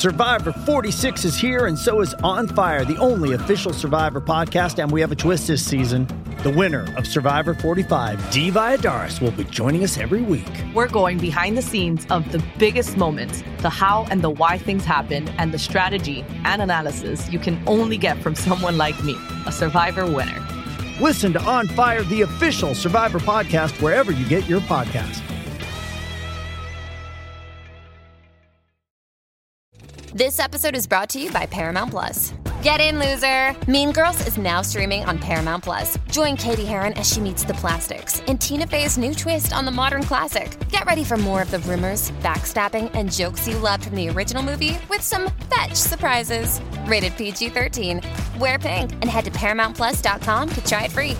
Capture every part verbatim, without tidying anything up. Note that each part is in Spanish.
Survivor forty-six is here, and so is On Fire, the only official Survivor podcast, and we have a twist this season. The winner of Survivor forty-five, Dee Valladares, will be joining us every week. We're going behind the scenes of the biggest moments, the how and the why things happen, and the strategy and analysis you can only get from someone like me, a Survivor winner. Listen to On Fire, the official Survivor podcast, wherever you get your podcast. This episode is brought to you by Paramount Plus. Get in, loser! Mean Girls is now streaming on Paramount Plus. Join Katie Heron as she meets the plastics in Tina Fey's new twist on the modern classic. Get ready for more of the rumors, backstabbing, and jokes you loved from the original movie with some fetch surprises. Rated P G thirteen. Wear pink and head to paramount plus dot com to try it free.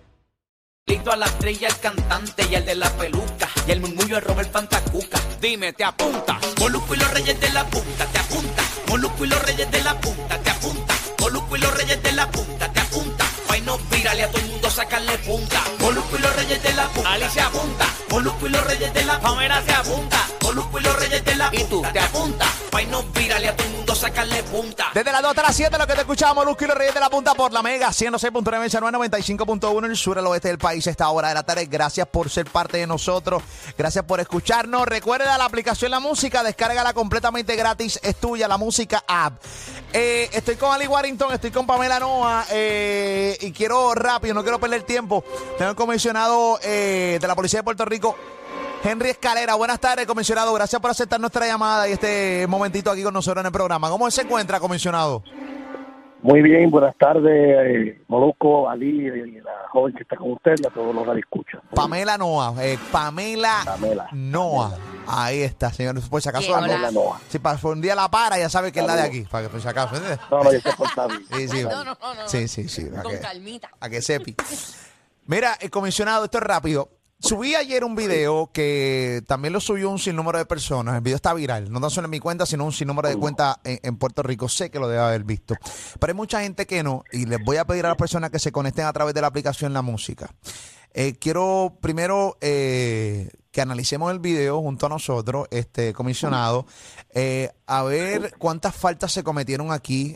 A la estrella, el cantante y el de la peluca. Y el murmullo de Robert Fantacuca. Dime, ¿te apunta? Molusco y los reyes de la punta, ¿te apunta? Molusco y los reyes de la punta, ¿te apunta? Molusco y los reyes de la punta, ¿te apunta? Ay, no, vírale a todo el mundo, sacarle punta. Molusco y los reyes de la punta, Ali se apunta. Molusco y los reyes de la punta, Pamela se apunta. Molusco y los reyes de la punta, ¿y tú te apunta? Ay, no, vírale a todo el mundo, sacarle punta. Desde las dos hasta las siete, lo que te escuchamos, Molusco y los reyes de la punta por la Mega ciento seis punto nueve, noventa y cinco punto uno en el sur, el oeste del país a esta hora de la tarde. Gracias por ser parte de nosotros. Gracias por escucharnos. Recuerda la aplicación La Música, descárgala completamente gratis. Es tuya, La Música App. Eh, estoy con Ali Warrington, estoy con Pamela Noa eh, y quiero rápido, no quiero perder tiempo. Tengo el comisionado eh, de la Policía de Puerto Rico, Henry Escalera. Buenas tardes, comisionado. Gracias por aceptar nuestra llamada y este momentito aquí con nosotros en el programa. ¿Cómo se encuentra, comisionado? Muy bien, buenas tardes, eh, Molusco, Ali, y la joven que está con usted y a todos los que escuchan. Pamela Noa, eh, Pamela, Pamela Noa. Pamela. Ahí está, señor. Por si acaso, Sí, Pamela Noa. si para un día la para, ya sabe que es la de aquí, para que por si acaso. ¿Entiendes? No, no, yo estoy portable. Sí, sí, No, no, no, no. sí, sí, sí. A Con que, calmita. a que sepi. Mira, el comisionado, esto es rápido. Subí ayer un video que también lo subió un sinnúmero de personas. El video está viral, no tan solo en mi cuenta, sino un sinnúmero de cuentas en, en Puerto Rico. Sé que lo debe haber visto. Pero hay mucha gente que no, y les voy a pedir a las personas que se conecten a través de la aplicación La Música. Eh, quiero primero eh, que analicemos el video junto a nosotros, este comisionado, eh, a ver cuántas faltas se cometieron aquí,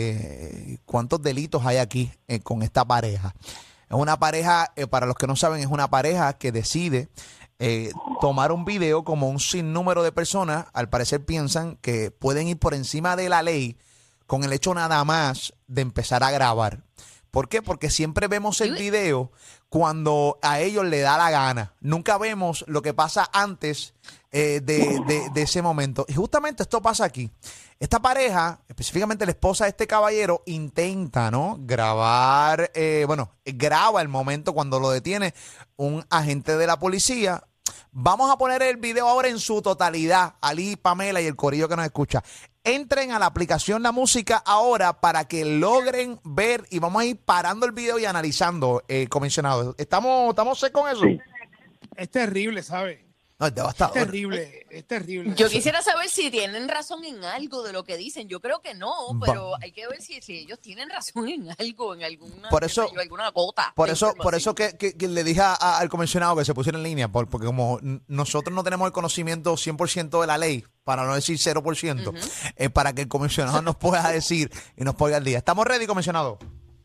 eh, cuántos delitos hay aquí eh, con esta pareja. Es una pareja, eh, para los que no saben, es una pareja que decide eh, tomar un video como un sinnúmero de personas, al parecer piensan que pueden ir por encima de la ley con el hecho nada más de empezar a grabar. ¿Por qué? Porque siempre vemos el video cuando a ellos le da la gana. Nunca vemos lo que pasa antes eh, de, de, de ese momento. Y justamente esto pasa aquí. Esta pareja, específicamente la esposa de este caballero, intenta, ¿no? Grabar, eh, bueno, graba el momento cuando lo detiene un agente de la policía. Vamos a poner el video ahora en su totalidad, Ali, Pamela y el corillo que nos escucha. Entren a la aplicación La Música ahora para que logren ver y vamos a ir parando el video y analizando, eh, comisionado. ¿Estamos, estamos secos con eso? Sí. Es terrible, ¿sabes? No, es devastador. Es terrible, es terrible. Yo quisiera saber si tienen razón en algo de lo que dicen. Yo creo que no, pero hay que ver si, si ellos tienen razón en algo, en alguna, por eso, yo, alguna gota. Por eso, por eso que, que, que le dije a, a, al comisionado que se pusiera en línea, por, porque como nosotros no tenemos el conocimiento cien por ciento de la ley, para no decir cero por ciento, uh-huh. eh, para que el comisionado nos pueda decir y nos ponga al día. ¿Estamos ready, comisionado?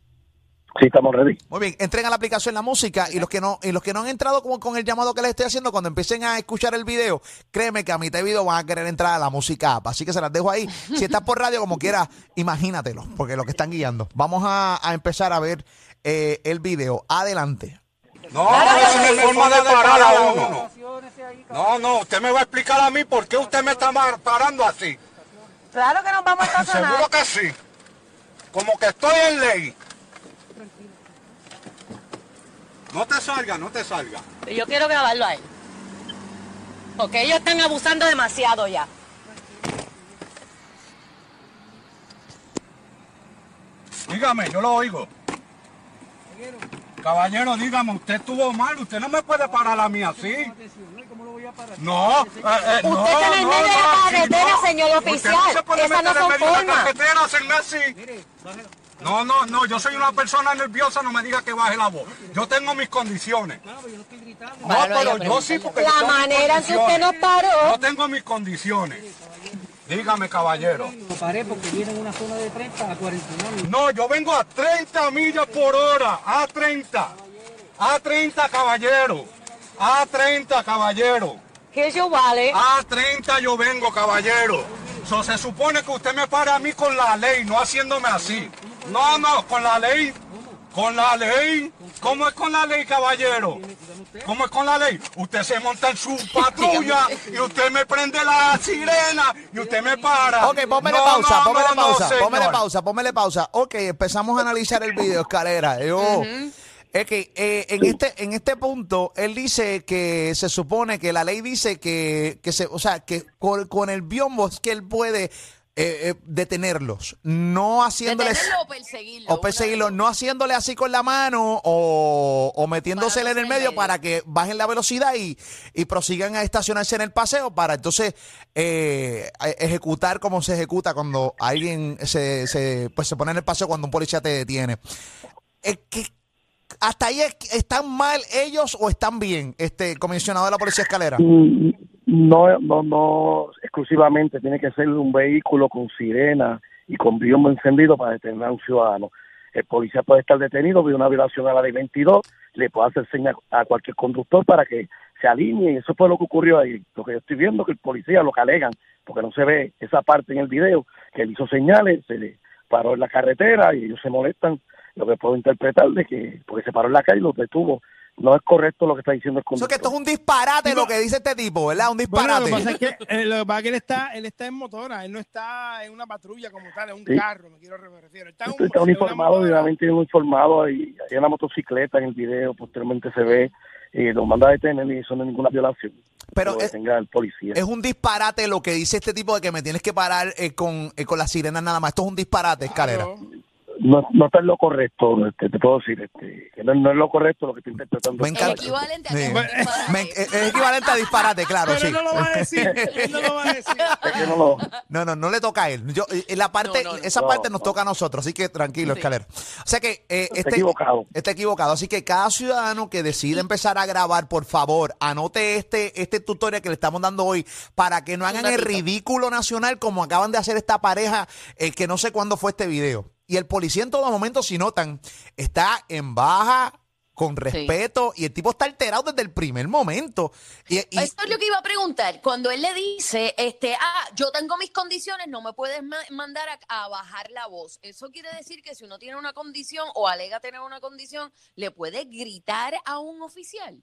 Sí, estamos ready. Muy bien, entren a la aplicación La Música y los que no y los que no han entrado como con el llamado que les estoy haciendo, cuando empiecen a escuchar el video, créeme que a mitad de video van a querer entrar a La Música App. Así que se las dejo ahí. Si estás por radio, como quieras, imagínatelo, porque lo que están guiando. Vamos a, a empezar a ver eh, el video. Adelante. No, eso no es forma de parar a uno. No, no, usted me va a explicar a mí por qué usted me está parando así. Claro que nos vamos a estacionar. Seguro que sí. Como que estoy en ley. No te salga, no te salga. Yo quiero grabarlo a él. Porque ellos están abusando demasiado ya. Dígame, yo lo oigo. Caballero, dígame, usted estuvo mal, usted no me puede parar a mí así. No, eh, eh, no, usted está en el medio de la carretera, señor oficial. Esas no son formas. No, no, no, yo soy una persona nerviosa, no me diga que baje la voz. Yo tengo mis condiciones. No, pero yo sí, porque la manera en que usted nos paró. Yo tengo mis condiciones. Dígame, caballero. Lo paré porque viene en una zona de treinta a cuarenta y nueve. No, yo vengo a treinta millas por hora. A treinta. A treinta, caballero. A treinta, caballero. ¿Qué eso vale? A treinta yo vengo, caballero. So, se supone que usted me para a mí con la ley, no haciéndome así. No, no, con la ley. Con la ley. ¿Cómo es con la ley, caballero? ¿Cómo es con la ley? Usted se monta en su patrulla y usted me prende la sirena y usted me para. Ok, póngale No, pausa, no, póngale no, pausa, no, póngale señor. pausa, póngale pausa. Ok, empezamos a analizar el video, Escalera. Yo, es que eh, en este en este punto, él dice que se supone que la ley dice que, que se, o sea, que con, con el biombo es que él puede eh, eh, detenerlos, no haciéndoles... Detenerlo o perseguirlo. O perseguirlo, no haciéndole así con la mano o, o metiéndosele en el medio, medio. para que bajen la velocidad y, y prosigan a estacionarse en el paseo para entonces eh, ejecutar como se ejecuta cuando alguien se, se, pues se pone en el paseo cuando un policía te detiene. Es que hasta ahí es- están mal ellos o están bien, este comisionado de la Policía Escalera. Mm, No, no, no exclusivamente tiene que ser un vehículo con sirena y con biombo encendido para detener a un ciudadano. El policía puede estar detenido de una violación a la ley veintidós, le puede hacer señas a cualquier conductor para que se alinee, y eso fue lo que ocurrió ahí. Lo que yo estoy viendo que el policía, lo que alegan, porque no se ve esa parte en el video, que él hizo señales, se le paró en la carretera y ellos se molestan, lo que puedo interpretar de que, porque se paró en la calle y los detuvo. No es correcto lo que está diciendo el Eso es conductor. que esto es un disparate lo que dice este tipo, ¿verdad? Un Bueno, lo disparate. que pasa es que, eh, lo que pasa es que él está, él está en motora, él no está en una patrulla como tal, es un Sí. carro, me quiero me refiero. Está en un- Está en una uniformado, motora. obviamente uniformado, y hay una motocicleta en el video, posteriormente se ve, y lo manda a detener y eso no es ninguna violación. Pero Lo es- detenga el policía. Es un disparate lo que dice este tipo de que me tienes que parar eh, con, eh, con las sirenas nada más. Esto es un disparate, Escalera. No, no está en lo correcto, este, te puedo decir, este, que no, no es lo correcto lo que está interpretando. Me El encanta. equivalente a Sí. que es un disparate. Me- es es equivalente a disparate, claro, Pero sí. él no lo va a decir, él no lo va a decir. Es que no lo- No, no, no le toca a él. Yo, eh, la parte, No, no, no. esa No, parte nos no. toca a nosotros, así que tranquilo, Sí. Escalera. O sea que eh, Está este, equivocado. está equivocado. Así que cada ciudadano que decide empezar a grabar, por favor, anote este, este tutorial que le estamos dando hoy para que no hagan el datito. ridículo nacional como acaban de hacer esta pareja, eh, que no sé cuándo fue este video. Y el policía en todo momento, si notan, está en baja, con respeto, y el tipo está alterado desde el primer momento. Y, y- Esto es lo que iba a preguntar. Cuando él le dice, este, ah, yo tengo mis condiciones, no me puedes ma- mandar a, a bajar la voz. Eso quiere decir que si uno tiene una condición o alega tener una condición, le puede gritar a un oficial.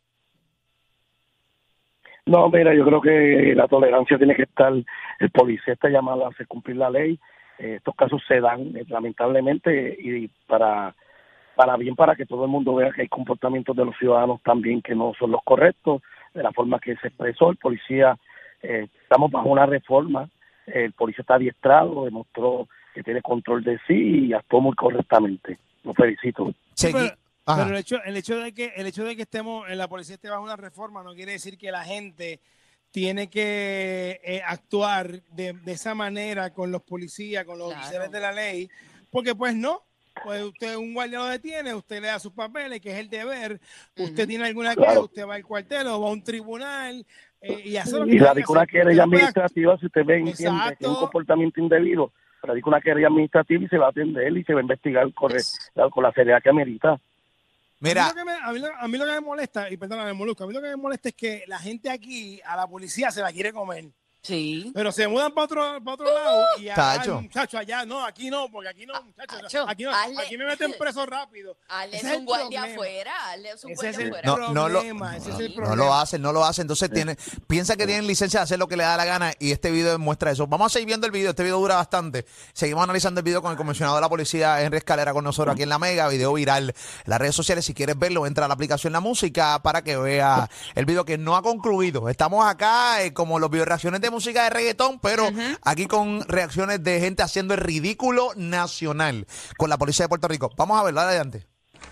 No, mira, yo creo que la tolerancia tiene que estar, el policía está llamado a hacer cumplir la ley, eh, estos casos se dan eh, lamentablemente y para, para bien, para que todo el mundo vea que hay comportamientos de los ciudadanos también que no son los correctos, de la forma que se expresó el policía, eh, estamos bajo una reforma, eh, el policía está adiestrado, demostró que tiene control de sí y actuó muy correctamente, lo felicito. Sí, Segui- pero, Ajá. pero el hecho, el hecho de que el hecho de que estemos en la policía esté bajo una reforma no quiere decir que la gente tiene que eh, actuar de, de esa manera con los policías, con los Claro. oficiales de la ley, porque pues no. Pues usted, un guardia lo detiene, usted le da sus papeles, que es el deber. Usted Ujú. tiene alguna queja, Claro. usted va al cuartel o va a un tribunal eh, y hace lo que Y tiene que radica una hacer. querella Usted no puede administrativa si usted ve entiende que es un Exacto. comportamiento indebido, radica una querella administrativa y se va a atender y se va a investigar con, con la seriedad que amerita. Mira, A mí, lo que me, a, mí lo, a mí lo que me molesta, y perdóname, Molusco, a mí lo que me molesta es que la gente aquí a la policía se la quiere comer. Sí. Pero se mudan para otro, para otro lado y allá, Tacho. muchacho, allá, no, aquí no, porque aquí no, muchacho, Tacho, aquí, no hazle- aquí me meten preso rápido. Hazle Ese es es un el guardia problema. afuera, hazle es un Ese guardia es el afuera. no, no lo, problema, ese es el no problema. lo hacen, no lo hacen. Entonces tiene, piensa que tienen licencia de hacer lo que le da la gana y este video demuestra eso. Vamos a seguir viendo el video, este video dura bastante. Seguimos analizando el video con el comisionado de la policía, Henry Escalera, con nosotros aquí en La Mega, video viral en las redes sociales. Si quieres verlo, entra a la aplicación La Música para que vea el video que no ha concluido. Estamos acá eh, como los video reacciones de música de reggaetón, pero aquí con reacciones de gente haciendo el ridículo nacional con la policía de Puerto Rico. Vamos a verlo, adelante.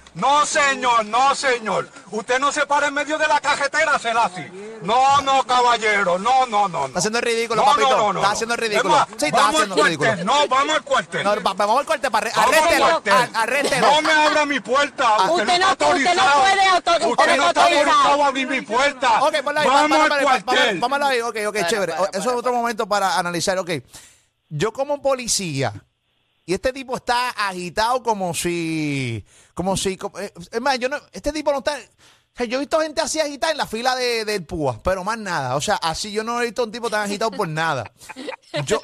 No, señor, no, señor. Usted no se para en medio de la cajetera, Selassie. No, no, caballero, no, no, no. Está haciendo el ridículo, no, papito. No, no, no, está no. haciendo el ridículo. Más, sí, está vamos haciendo al el ridículo. cuartel. No, vamos al cuartel. No, va- vamos al cuartel para Vamos al arréstelo. cuartel. a- Arréstelo. No me abra mi puerta. Usted, Usted no está no- usted no autorizado. puede auto- usted Usted no no está autorizado. autorizado a abrir mi puerta. Ok, ponlo ahí. Vamos para, al para, para, cuartel. Vámonos ahí. Ok, ok, Para, chévere. para, Eso para, es otro momento para analizar. Ok. Yo como policía, y este tipo está agitado como si, como si, como- eh, es más, yo no, este tipo no está, o sea, yo he visto gente así agitada en la fila de, del púa, pero más nada, o sea, así yo no he visto un tipo tan agitado por nada. Yo,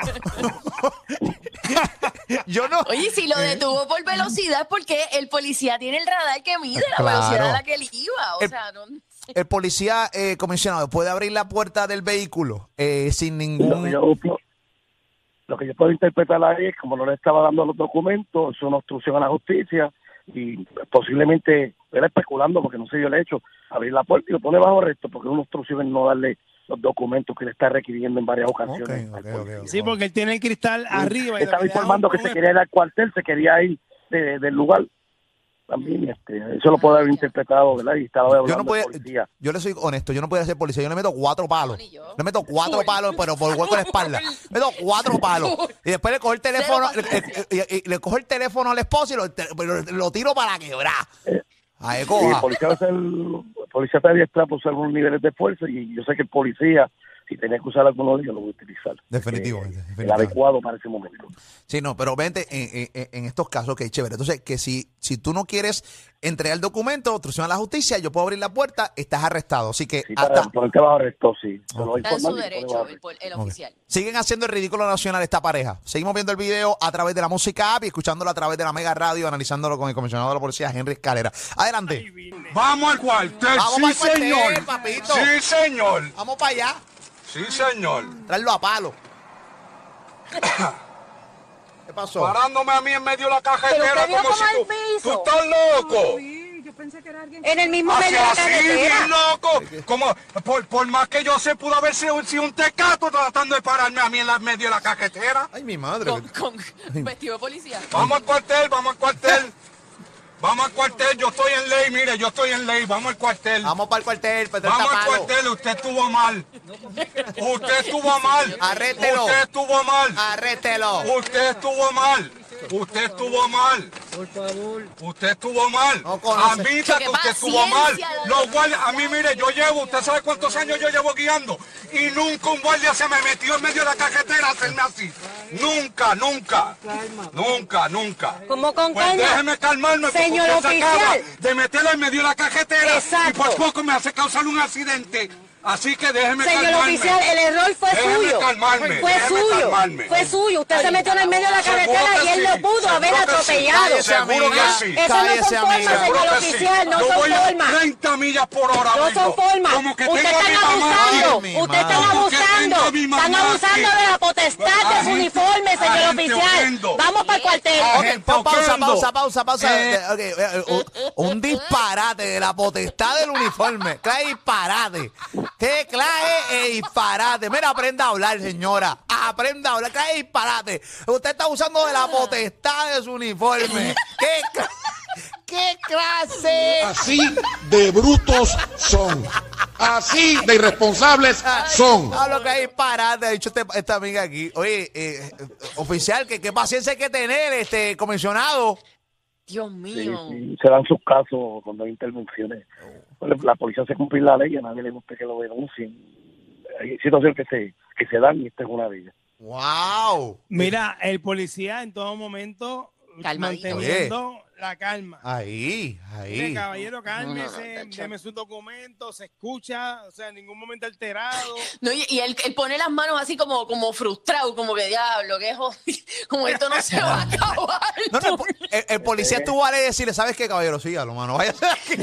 yo no. Oye, si lo detuvo por velocidad es porque el policía tiene el radar que mide la Claro. velocidad a la que él iba. O El- sea, no... El policía eh, comisionado puede abrir la puerta del vehículo eh, sin Lo que, ningún... yo, lo que yo puedo interpretar ahí es como no le estaba dando los documentos, es una obstrucción a la justicia y posiblemente era especulando porque no se dio el hecho, abrir la puerta y lo pone bajo arresto porque es una obstrucción en no darle los documentos que le está requiriendo en varias ocasiones. Ok, ok, ok, ok. Sí, porque él tiene el cristal arriba. y Estaba le da informando un- que se quería ir al cuartel, se quería ir de- del lugar. También este, eso lo puede haber interpretado, ¿verdad? Y estaba hablando Yo no podía, de policía. yo le soy honesto, yo no podía ser policía, yo le meto cuatro palos. ni yo. Le meto cuatro palos, pero por hueco en la espalda. Le meto cuatro palos. Y después le cojo el teléfono, le, le- y- y le cojo el teléfono al esposo y lo, te- lo- lo tiro para quebrar. Ahí Sí, coja. el policía, va a ser, el policía está adiestra por usar unos niveles de fuerza y yo sé que el policía, si tenía que usar alguno de ellos, lo voy a utilizar. Definitivamente, Eh, El definitivamente. adecuado para ese momento. Sí, no, pero vente en, en- en estos casos, que chévere. Entonces, que si, si tú no quieres entregar el documento, obstrucción a la justicia, yo puedo abrir la puerta, estás arrestado. Así que Sí, para hasta ponerte bajo arresto, sí. Se lo va a Está en su informar y se pone bajo derecho el, arresto. pol- el Ok. oficial. Siguen haciendo el ridículo nacional esta pareja. Seguimos viendo el video a través de la música app y escuchándolo a través de la Mega Radio, analizándolo con el comisionado de la policía, Henry Escalera. Adelante. Vamos al cuartel. Vamos sí, pa'l cuartel, señor. papito. Sí, señor. Vamos para allá. Sí, señor. Traerlo a palo. ¿Qué pasó? Parándome a mí en medio de la Pero cajetera usted vio como cómo si él tú, piso. tú estás loco. En el mismo medio Así, de la así, carretera. bien loco. Como, por, por más que yo sé, pudo haber sido, sido un tecato tratando de pararme a mí en la medio de la cajetera. Ay, mi madre. Con, con vestido de policía. Vamos al cuartel, vamos al cuartel. Vamos al cuartel, yo estoy en ley, mire, yo estoy en ley, vamos al cuartel. Vamos para el cuartel, para Vamos al palo. cuartel, usted estuvo mal. Usted estuvo mal. Arréstelo. Usted estuvo mal. Arréstelo. Usted estuvo mal. Usted estuvo mal. Por favor. Usted estuvo mal. No conoce. Admita Qué que usted estuvo mal. paciencia, Los guardias, a mí mire, yo llevo, usted sabe cuántos años yo llevo guiando y nunca un guardia se me metió en medio de la cajetera a hacerme así. Nunca, nunca. Nunca, nunca. ¿Cómo con Pues calma? déjeme calmarme porque Señor usted se acaba oficial. de meterla en medio de la cajetera Exacto. y por poco me hace causar un accidente. Así que déjeme Señor calmarme. oficial, el error fue Déjeme suyo. calmarme, Fue déjeme suyo. calmarme. Fue suyo. Usted se metió en el medio de la Seguro carretera que y él sí, no pudo haber seguro que sí. atropellado. Cállese, Seguro amiga. que sí. Eso no Cállese, son formas, amiga. señor Seguro que sí. oficial, no Yo son voy a formas. treinta millas por hora. No vengo. son formas. Como que Ustedes tengo a mi están mamá abusando. aquí. mi Ustedes están madre. Como que abusando. tengo a mi mamá Están abusando aquí. de la potestad de su Agente- uniforme, señor agente oficial. Oquendo. Vamos para el cuartel. Ok, Agente pa- pausa, Oquendo. pausa, pausa, pausa. Eh. Eh, ok, eh, un, un disparate de la potestad del uniforme. Clase de disparate. ¿Qué clase de disparate? Mira, aprenda a hablar, señora. Aprenda a hablar. Clase de disparate. Usted está usando de la potestad de su uniforme. ¿Qué, cla- ¿Qué clase? Así de brutos son. Así de irresponsables son. A lo que hay disparate, ha dicho este- esta amiga aquí. Oye, eh, eh, oficial, ¿qué, qué paciencia hay que tener, este comisionado? Dios Sí, mío. sí, se dan sus casos cuando hay intervenciones. Pues la policía hace cumplir la ley y a nadie le gusta que lo denuncien. Hay situaciones que se, que se dan y esta es una de ellas. ¡Wow! Mira, el policía en todo momento Calmadito. manteniendo la calma. Ahí, Mire, ahí. caballero, No, cálmese, no, no, deme sus documentos, se escucha, o sea, en ningún momento alterado. No, y, y él, él pone las manos así como, como frustrado, como que diablo, que jodido, como esto no se va a acabar. No, no, el, po- el- el policía estuvo a decirle, ¿sabes qué, caballero? Sígalo, mano, váyase de aquí.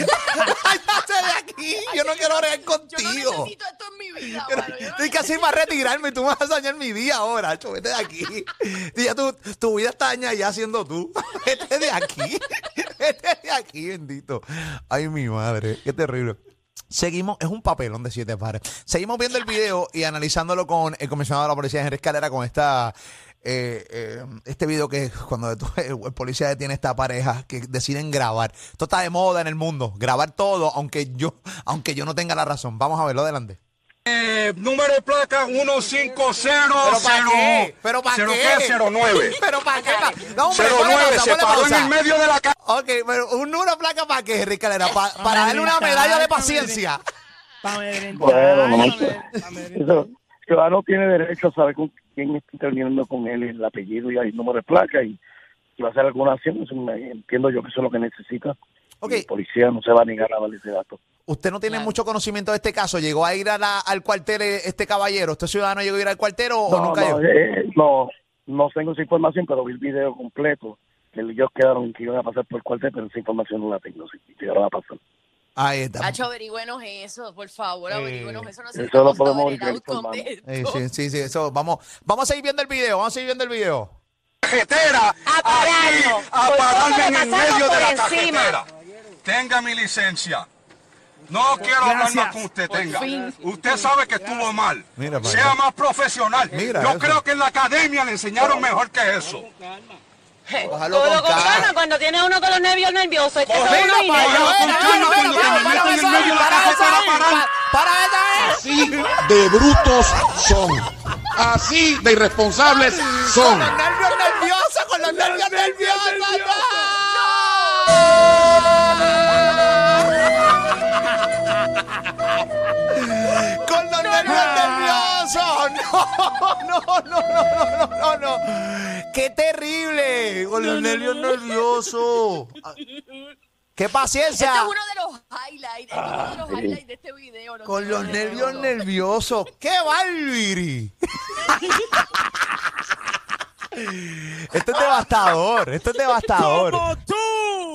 Váyase de aquí, yo no quiero bregar Yo no contigo. necesito esto en mi vida, Yo no- mano, yo no Estoy casi para retirarme y tú me vas a dañar mi día ahora, cho, vete de aquí. Y ya tu, tu vida está dañada ya siendo tú. Vete de aquí. Vete de aquí, bendito. Ay, mi madre, qué terrible. Seguimos, es un papelón de siete pares. Seguimos viendo el video y analizándolo con el comisionado de la policía, Henry Escalera, con esta eh, eh, este video que cuando el, el policía detiene a esta pareja que deciden grabar. Esto está de moda en el mundo, grabar todo, aunque yo, aunque yo no tenga la razón. Vamos a verlo adelante. Eh, número de placa uno cinco cero cero. ¿Pero para ¿Cero qué? qué? cero nueve. ¿Pero para qué? No, hombre, cero ponle nueve, pausa, se ponle paró en pausa. el medio de la calle. Ok, pero un número de placa para qué, Ricalera, pa- para darle una medalla de paciencia. Bueno, no, eso, el ciudadano tiene derecho a saber con quién está interviniendo con él, el apellido y el número de placa, y si va a hacer alguna acción, eso me- entiendo yo que eso es lo que necesita. Okay. El policía no se va a negar a darle ese dato. Usted no tiene mucho conocimiento de este caso. ¿Llegó a ir a la- al cuartel este caballero? ¿Este ciudadano llegó a ir al cuartel o, o No, nunca no, llegó? eh, no, no tengo esa información, pero vi el video completo. Que ellos quedaron que iban a pasar por el cuartel, pero esa información no la tengo, si llegaron a pasar. Ahí está. Hacho, averigüenos eso, por favor, Eh, averigüenos eso. eso Necesitamos lo podemos saber el averiguar outcome de informando. esto. Eh, sí, sí, sí, eso. Vamos, vamos a seguir viendo el video, vamos a seguir viendo el video. Cajetera, A pararlo. aquí, a Por pararme poco en le el pasamos medio de por la encima. cajetera. Tenga mi licencia. No quiero hablar Gracias. más con usted, Por tenga. fin. Usted sabe que estuvo mal. Mira para Sea allá. más profesional. Mira Yo eso. creo que en la academia le enseñaron mejor que eso. Bájalo Todo con con calma, calma. cuando tiene uno con los nervios nerviosos, es que son Mira unos para allá, ineptos. con calma, cuando te me meto en el medio de la cajetera a parar. ¡Para esa Así de brutos son. Así de irresponsables son. Con los nervios nerviosos, con los nervios nerviosos. ¡No! Con los nervios nerviosos. No, no, no, no, no, no, no. ¡Qué terrible! Con los nervios nerviosos. ¡Qué paciencia! Este es uno de los highlights, este es uno de los highlights de este video. no Con sé, los no, nervios no. nerviosos. ¡Qué bárbari! Esto es devastador. Esto es devastador. ¡Como tú!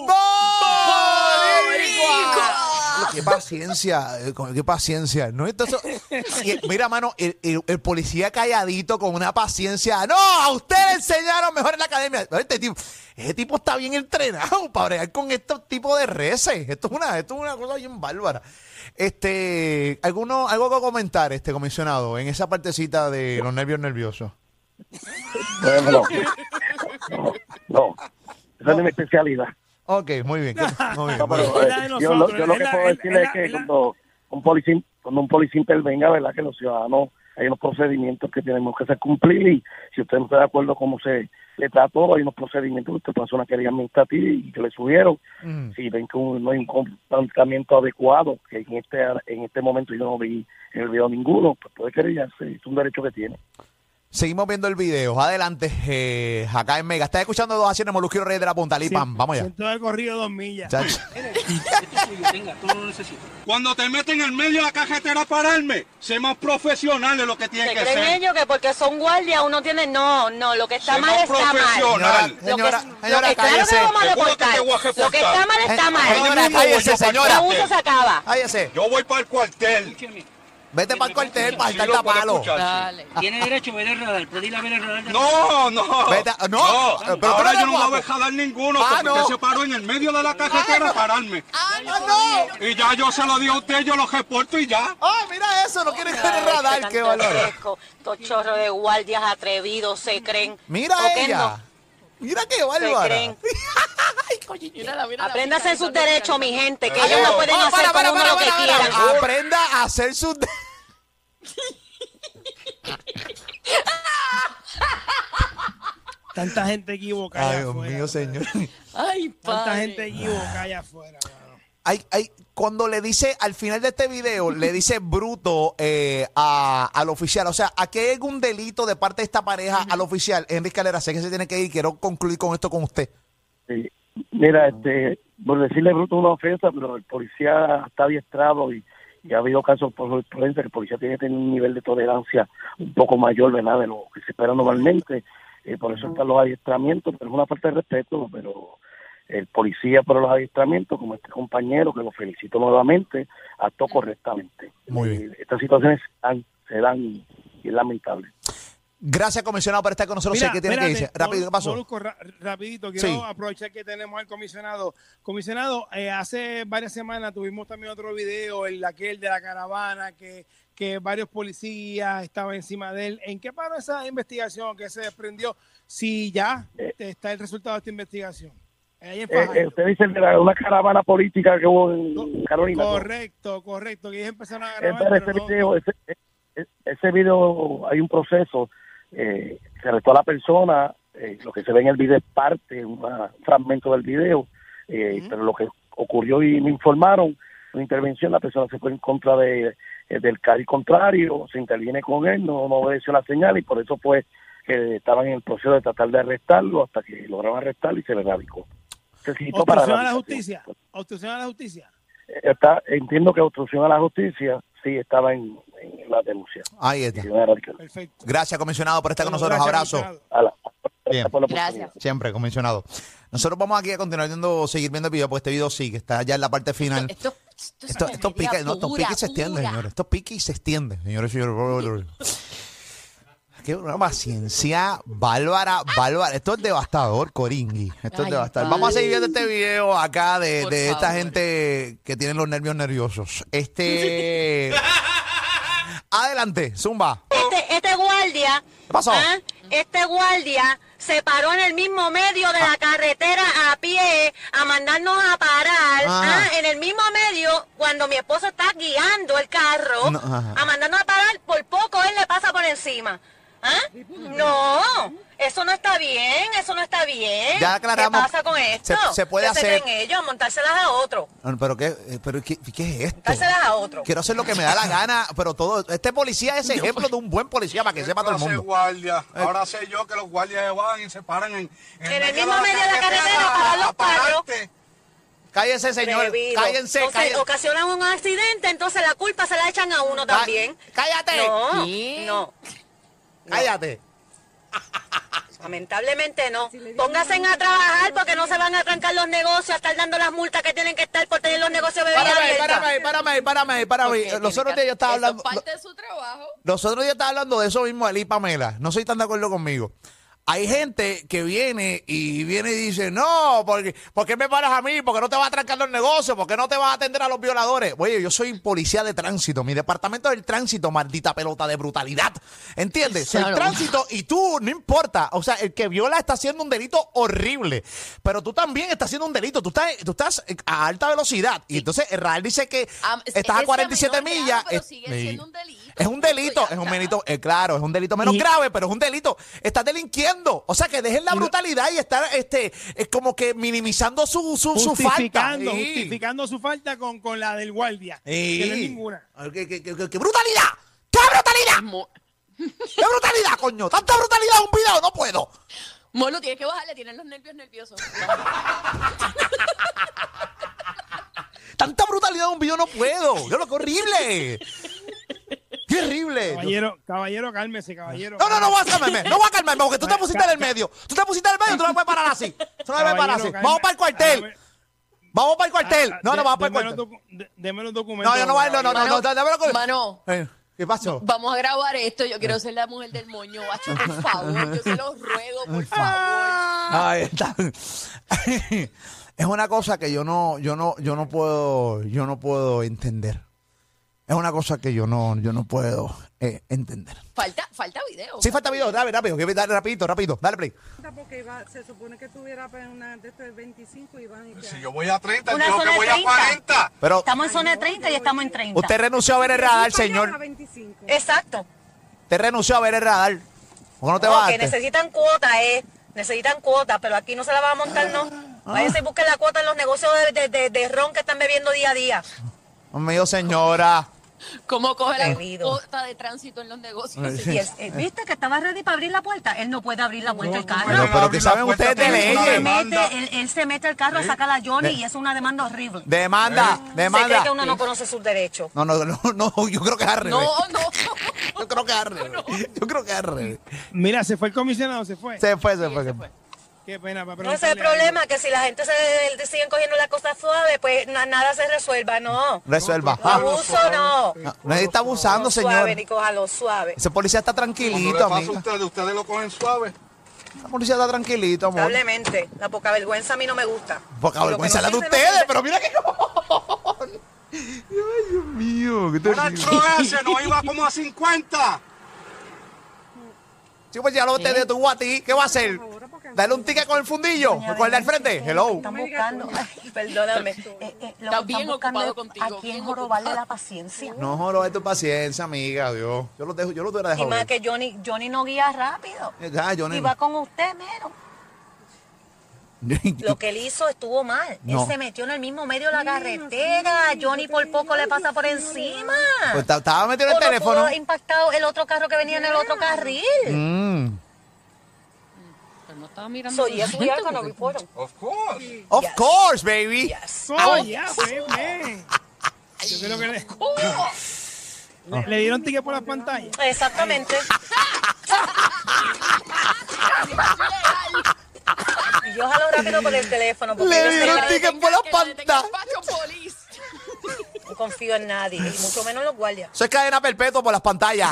¡Boricua! ¡Qué paciencia! eh, con- ¡Qué paciencia! No, esto, eso- y, mira, mano, el, el- el policía calladito con una paciencia. ¡No! A usted le enseñaron mejor en la academia. Este tipo, ese tipo está bien entrenado para bregar con estos tipos de reces. Esto es una, esto es una cosa bien bárbara. Este, ¿alguno, algo que comentar, este comisionado, en esa partecita de los nervios nerviosos? Bueno, no, no, no, esa no es mi especialidad. Ok, muy bien. qué- Muy bien, No, muy bien. pero, eh, la de yo, lo, nosotros, yo lo es que la- puedo es- decirle es es que la- es la- cuando un policía cuando un policía intervenga, verdad que los ciudadanos hay unos procedimientos que tenemos que hacer cumplir, y si usted no está de acuerdo cómo se le trató, hay unos procedimientos que usted puede hacer una querella administrativa y que le subieron. Mm. Si ven que un- no hay un comportamiento adecuado, que en este en este momento yo no vi en el video ninguno, pues puede querellarse, es un derecho que tiene. Seguimos viendo el video. Adelante, eh, acá en Mega. Estás escuchando dos acciones Molusco y Reyes de la Punta. Ali, pam, vamos allá. Siento de corrido dos millas. Chacho. Venga, tú no lo necesitas. Cuando te meten en el medio de la cajetera a pararme, sé más profesional de lo que tiene ¿Se que creen ser. ellos que porque son guardias uno tiene? No, no, lo que está Sé mal más está mal. profesional. Lo que- Señora, lo señora, que claro que cállese. lo vamos a Seguro que reportar. te voy a Lo que reportar. está mal está mal. Señora, mismo cállese, voy yo señora. El abuso se acaba. Cállese. Yo voy para el cuartel. Vete para el cuartel para Sí estar lo puedo tapalo. escuchar, sí. Dale. Tiene derecho a ver el radar. Puede ir a ver el radar. de- No, no. Vete a- no, pero tú ahora eres yo no me voy a guapo. jalar ninguno, Ah, porque no. usted se paró en el medio de la cajetera a pararme. Ah, no, no. Y ya yo se lo di a usted, yo lo reporto y ya. Ah, mira eso, no quiere ver el radar, qué valor. Estos chorros de guardias atrevidos se creen. Mira ¿O qué ella. no? Mira qué bárbara. creen. Mírala, mírala, Apréndase mírala, sus mírala, derechos, mírala. mi gente, que Ah, ellos no oh, pueden Oh, hacer para, para, con uno para, lo que para, para. quieran. Aprenda a hacer sus... de- Tanta gente equivocada Ay, allá Dios afuera. mío, señor. Ay, Tanta padre. gente equivocada allá afuera, mano. Hay, hay, cuando le dice, al final de este video, le dice bruto eh, a, al oficial. O sea, ¿aquí hay algún delito de parte de esta pareja al oficial? Enrique Calera, sé que se tiene que ir. Quiero concluir con esto con usted. Sí. Mira, este, por decirle bruto es una ofensa, pero el policía está adiestrado y, y ha habido casos por jurisprudencia que el policía tiene que tener un nivel de tolerancia un poco mayor, ¿verdad?, de lo que se espera normalmente. Eh, por eso están los adiestramientos, pero es una falta de respeto, pero el policía por los adiestramientos, como este compañero, que lo felicito nuevamente, actuó correctamente. Muy bien. Eh, estas situaciones se dan, se dan y, y es lamentable. Gracias, comisionado, por estar con nosotros. Mira, sé que tiene que espérate, irse. Rápido, ¿qué pasó? Molusco, ra- rapidito, quiero Sí. aprovechar que tenemos al comisionado. Comisionado, eh, hace varias semanas tuvimos también otro video, el aquel de la caravana que, que varios policías estaban encima de él. ¿En qué paró esa investigación que se desprendió? Si ya está el resultado de esta investigación. Ahí en Eh, eh, usted dice de la- una caravana política que hubo en Carolina. ¿no? Correcto, correcto. Que ellos empezaron a grabar. Entonces, pero ese, no- video, ese, ese- ese video, hay un proceso, eh, se arrestó a la persona, eh, lo que se ve en el video es parte, una- un fragmento del video, eh, pero lo que ocurrió y me informaron, una intervención, la persona se fue en contra de, eh, del carril contrario, se interviene con él, no, no obedeció la señal y por eso fue que estaban en el proceso de tratar de arrestarlo hasta que lograron arrestarlo y se le radicó. Se citó para Obstrucción a la radicación. justicia. Obstrucción a la justicia. Está, entiendo que obstrucción a la justicia sí estaba en, en la denuncia. Ahí está. Perfecto. Gracias, comisionado, por estar con Bueno, nosotros. gracias, Abrazo. comisionado. Bien. Gracias. Siempre, comisionado. Nosotros vamos aquí a continuar viendo, seguir viendo el video, porque este video sí, que está ya en la parte final. Esto, esto, Esto, esto pica, no, esto pica y se extiende, señores. Esto pica y se extiende, señores. Qué una paciencia bárbara, bárbara. Esto es devastador, Coringui. Esto es Ay, devastador. padre. Vamos a seguir viendo este video acá de, Por de esta favor. gente que tiene los nervios nerviosos. Este. Adelante, Zumba. Este, este guardia, ¿Qué pasó? ¿ah? este guardia se paró en el mismo medio de la carretera a pie a mandarnos a parar, Ajá. ¿ah? en el mismo medio cuando mi esposo está guiando el carro, No, ajá. a mandarnos a parar, por poco él le pasa por encima. ¿Ah? No, eso no está bien, eso no está bien. Ya aclaramos. ¿Qué pasa con esto? Se- se puede ¿Qué hacer- se creen ellos? Montárselas a otro. Pero qué, eh, pero qué, ¿qué es esto? Montárselas a otro. Quiero hacer lo que me da la gana, pero todo. Este policía es ejemplo de un buen policía para que sepa todo el Clase de mundo. guardia. Ahora sé yo que los guardias van y se paran en, En el mismo medio de la carretera para los carros. Cállese, señor. Atrevido. Cállense, Entonces, cállense. ocasionan un accidente, entonces la culpa se la echan a uno Cá- también. cállate. No, ¿Qué? no. Cállate. Lamentablemente no. Pónganse a trabajar porque no se van a arrancar los negocios, a estar dando las multas que tienen que estar por tener los negocios de bebida Párame, abierta. párame, párame, párame, párame. Porque Los otros tiene que- días yo estaba eso hablando. es parte de su trabajo. Los otros días estaba hablando de eso mismo, Ali y Pamela. No soy tan de acuerdo conmigo. Hay gente que viene y viene y dice, no, porque, ¿por qué me paras a mí? ¿Por qué no te vas a trancar los negocios? ¿Por qué no te vas a atender a los violadores? Oye, yo soy policía de tránsito. Mi departamento es el tránsito, maldita pelota de brutalidad. ¿Entiendes? El Claro. tránsito y tú, no importa. O sea, el que viola está haciendo un delito horrible. Pero tú también estás haciendo un delito. Tú estás, tú estás a alta velocidad. Y entonces el radar dice que Ah, es- estás a es cuarenta y siete menor grado, millas. pero Es- sigue sí. siendo un delito. Es un delito, Ya, es un ya. delito, eh, claro, es un delito menos Y- grave, pero es un delito. Estás delinquiendo. O sea, que dejen la Y no- brutalidad y estar este, es como que minimizando su, su, su falta. Justificando, Sí. justificando su falta con, con la del guardia. Sí. Que no es ninguna. Ay, ¿Qué, qué, qué, qué- qué brutalidad! ¡Qué brutalidad! Mo- ¡Qué brutalidad, coño! ¡Tanta brutalidad en un video! ¡No puedo! Molo, tienes que bajarle, tienes los nervios nerviosos. ¡Tanta brutalidad en un video! ¡No puedo! ¡Yo lo que horrible! ¡Qué horrible! Caballero, caballero, cálmese, caballero. No, no, no voy a calmarme, no voy a calmarme, porque tú te pusiste en el medio. Tú te pusiste en el medio, tú no me puedes parar así. Tú no me puedes parar así. Caballero, Vamos para el cuartel. calme- Vamos para el cuartel. Ah, No, no, de- vamos para el deme los cuartel. docu- de- Deme los documentos. No, yo no voy, no, no, no, no, Mano, dame los mano. Eh, ¿Qué pasó? Vamos a grabar esto. Yo quiero ser la mujer del moño, bacho, por favor. Yo se los ruego, por favor. Ahí está. Es una cosa que yo no, yo no, yo no puedo, yo no puedo entender. Es una cosa que yo no, yo no puedo eh, entender. Falta, falta video. Sí, falta video, dale, rápido, que dale rapidito, rapidito, dale play. Porque iba, se supone que tuviera pues, una de estos veinticinco y van y Si yo voy a treinta, Una digo zona que de voy a treinta. cuarenta. Pero Estamos en zona de treinta y estamos en treinta. usted renunció a ver el radar, señor. veinticinco. Exacto. Usted renunció a ver el radar. ¿Por qué no te No, vas? que necesitan cuota, eh. Necesitan cuota, pero aquí no se la va a montar, no. Váyase y busquen la cuota en los negocios de, de, de, de ron que están bebiendo día a día. Mío, señora. ¿Cómo coge la Atrevido. cuota de tránsito en los negocios? Y él, eh, ¿viste que estaba ready para abrir la puerta? Él no puede abrir la puerta del carro. Pero, pero que saben ustedes de Él se, leyes. mete, él, él se mete al carro a sacar a Johnny y es una demanda horrible. Demanda, Se cree demanda. que uno no conoce sus derechos. No, no, no, no, yo creo que es al revés. No, no. Yo creo que es al revés. Yo creo que es al revés. Mira, se fue el comisionado, se fue. Se fue, se fue. se fue. Qué pena, para No ese es el problema, que si la gente se siguen cogiendo las cosas suaves, pues na- nada se resuelva, no. Resuelva. Ah. Abuso no. No, nadie está abusando, No señor. suave, ni cójalo suave. Ese policía está Cuando tranquilito, le pasa a amigo. ustedes, ustedes lo cogen suave. El policía está tranquilito, amor. Lamentablemente, la poca vergüenza a mí no me gusta. Poca Y lo que vergüenza no la de sirve, no ustedes, sirve. pero mira qué cojón. Ay, Dios mío, qué Con el tro ese no iba como a cincuenta. Sí, pues ya lo te detuvo a ti. ¿Qué va a hacer? ¿Darle un ticket con el fundillo? ¿Con el del frente? Hello. Están buscando, ay, perdóname. Eh, eh, lo Está que bien están buscando ocupado es contigo, a quién bien jorobarle la paciencia. No, joro, es tu paciencia, amiga, Dios. Yo lo dejo, yo lo hubiera Y dejado. más ver. que Johnny, Johnny no guía rápido. Ya, Johnny Y no. va con usted, mero. Lo que él hizo estuvo mal. No. Él se metió en el mismo medio de la carretera. Johnny por poco le pasa por encima. Pues ta- estaba metido en el O no teléfono. pudo haber impactado el otro carro que venía en el otro carril. Mm. Pero no estaba mirando. So los yes, we dientes, are gonna porque- report him. Of course. Of course, baby. Oh, yeah, baby. Yo creo que le, le, le dieron ticket por las pantallas. Exactamente. Y yo jalo rápido por el teléfono. Porque Le yo sé dieron que- ticket por la pantalla. No confío en nadie, y mucho menos en los guardias. Eso es cadena perpetua por las pantallas.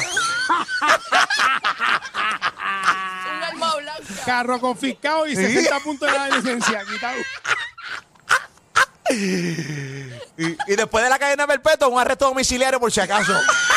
Un alma blanca. Carro confiscado y sesenta puntos de la licencia. Quitado. Y, y después de la cadena perpetua, un arresto domiciliario por si acaso.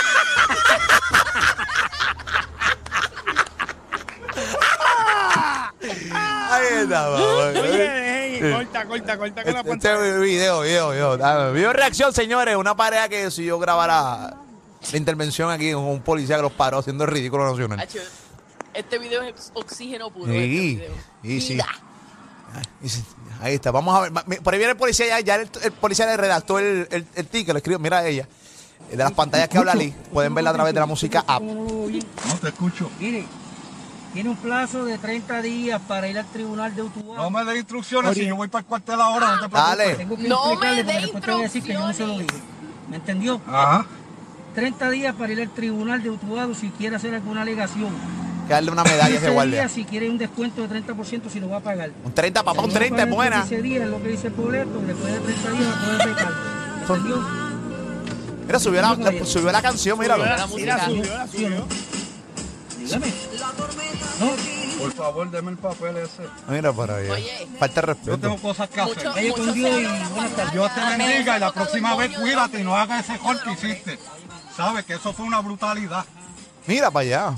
Ahí está, mamá. Oye, dejen, corta, corta, corta con la Este pantalla. video, video, video. Dame, Video reacción, señores. Una pareja que si yo grabara la intervención aquí con un policía que los paró haciendo el ridículo nacional. Hacho, este video es oxígeno puro. Sí, este video. y sí. Vida. Y sí, ahí está, vamos a ver. Ma- mi- Por ahí viene el policía, ya, ya el, el policía le redactó el, el, el ticket, lo escribió, mira a ella. De las pantallas que habla Ali, pueden verla a través de la música app. No te escucho. Mire, tiene un plazo de treinta días para ir al tribunal de Utuado. No me dé instrucciones si yo voy para el cuartel ahora, no te preocupes. Dale. Tengo que No explicarle me porque dé después te voy a decir que yo no se lo dije. ¿Me entendió? Ajá. treinta días para ir al tribunal de Utuado si quiere hacer alguna alegación. Que darle una medalla a ese quince guardia. días si quiere un descuento de treinta por ciento si lo va a pagar. Un treinta, papá, un Si lo va a treinta es pagar en buena. quince días es lo que dice el boleto, después de treinta días va a poder pecar. ¿Me entendió? Mira, subió la, le- subió la canción, míralo. Mira, mira, subió, la subió. Dígame. Por favor, deme el papel ese. Mira para allá. Oye. Falta de Yo respeto. tengo cosas que hacer. Mucho- Vaya con mucho Dios se y habla. buenas tardes. Dios te Amén. bendiga y la Ese próxima tocado vez el cuídate y no hagas ese gol que hiciste. Sabes que eso fue una brutalidad. Mira para allá.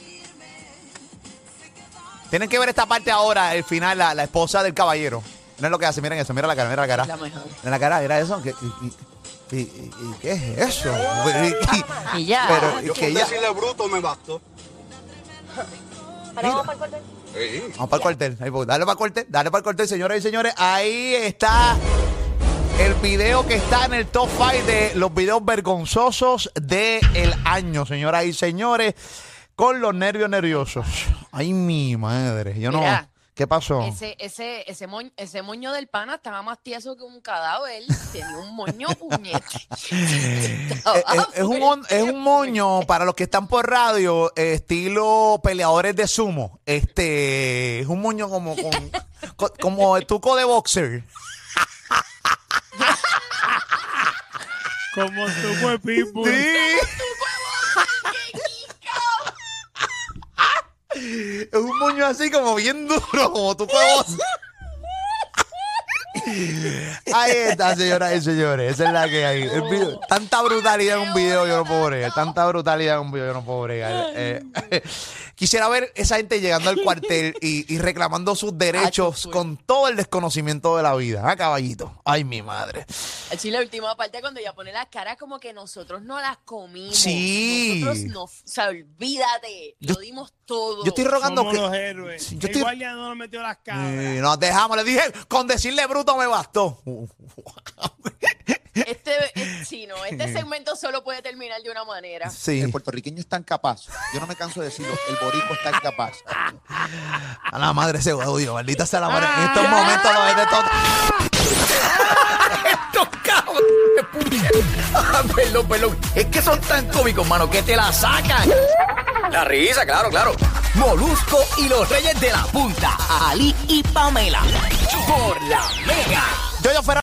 Tienen que ver esta parte ahora, el final, la, la esposa del caballero. Miren lo que hace, miren eso, mira la cara, mira la cara. La mejor. Mira la cara, mira eso. ¿Qué, y, y- y- y- y qué es eso? Y- y- Y ya. Pero Yo que con ya. decirle bruto me bastó. Ahora vamos para el cuartel. Sí. Vamos para el cuartel. Ahí, pues, dale para el cuartel, dale para el cuartel, señoras y señores. Ahí está el video que está en el top cinco de los videos vergonzosos del año, señoras y señores. Con los nervios nerviosos. Ay, mi madre. Yo no. Mira, ¿Qué pasó? Ese, ese, ese, moño, ese moño del pana estaba más tieso que un cadáver. Tenía un moño puñete. Eh, eh, es, un, on- es un moño para los que están por radio, eh, estilo peleadores de sumo. Este es un moño como con- co- como el tuco de boxer. Como tu de pitbull. Sí. Es un moño así como bien duro, como tuco de boxer. Ahí está, señoras y señores. Esa es la que hay. El video- tanta brutalidad en un video, yo no puedo bregar. Tanta brutalidad en un video, yo no puedo bregar. Eh, quisiera ver esa gente llegando al cuartel y, y reclamando sus derechos con todo el desconocimiento de la vida. ¿Ah, caballito? Ay, mi madre. Así la última parte cuando ella pone las caras como que nosotros no las comimos. Sí. Nosotros no, o sea, olvídate. Yo- lo dimos todo. Yo estoy rogando Somos que. los héroes. Sí, yo El estoy- guardia no nos metió las cabras. Eh, nos dejamos, le dije, con decirle bruto me bastó. Este, eh, sí, no, este segmento solo puede terminar de una manera. Sí. El puertorriqueño es tan capaz. Yo no me canso de decirlo. El boricua es tan capaz. A la madre ese audio, maldita sea la madre. En estos momentos lo ves de todo. Estos cabros de puñet. Ah, perdón, perdón. Es que son tan cómicos, mano, que te la sacan. La risa, claro, claro. Molusco y los Reyes de la Punta. Ali y Pamela. Por la Mega. Yo, yo fuera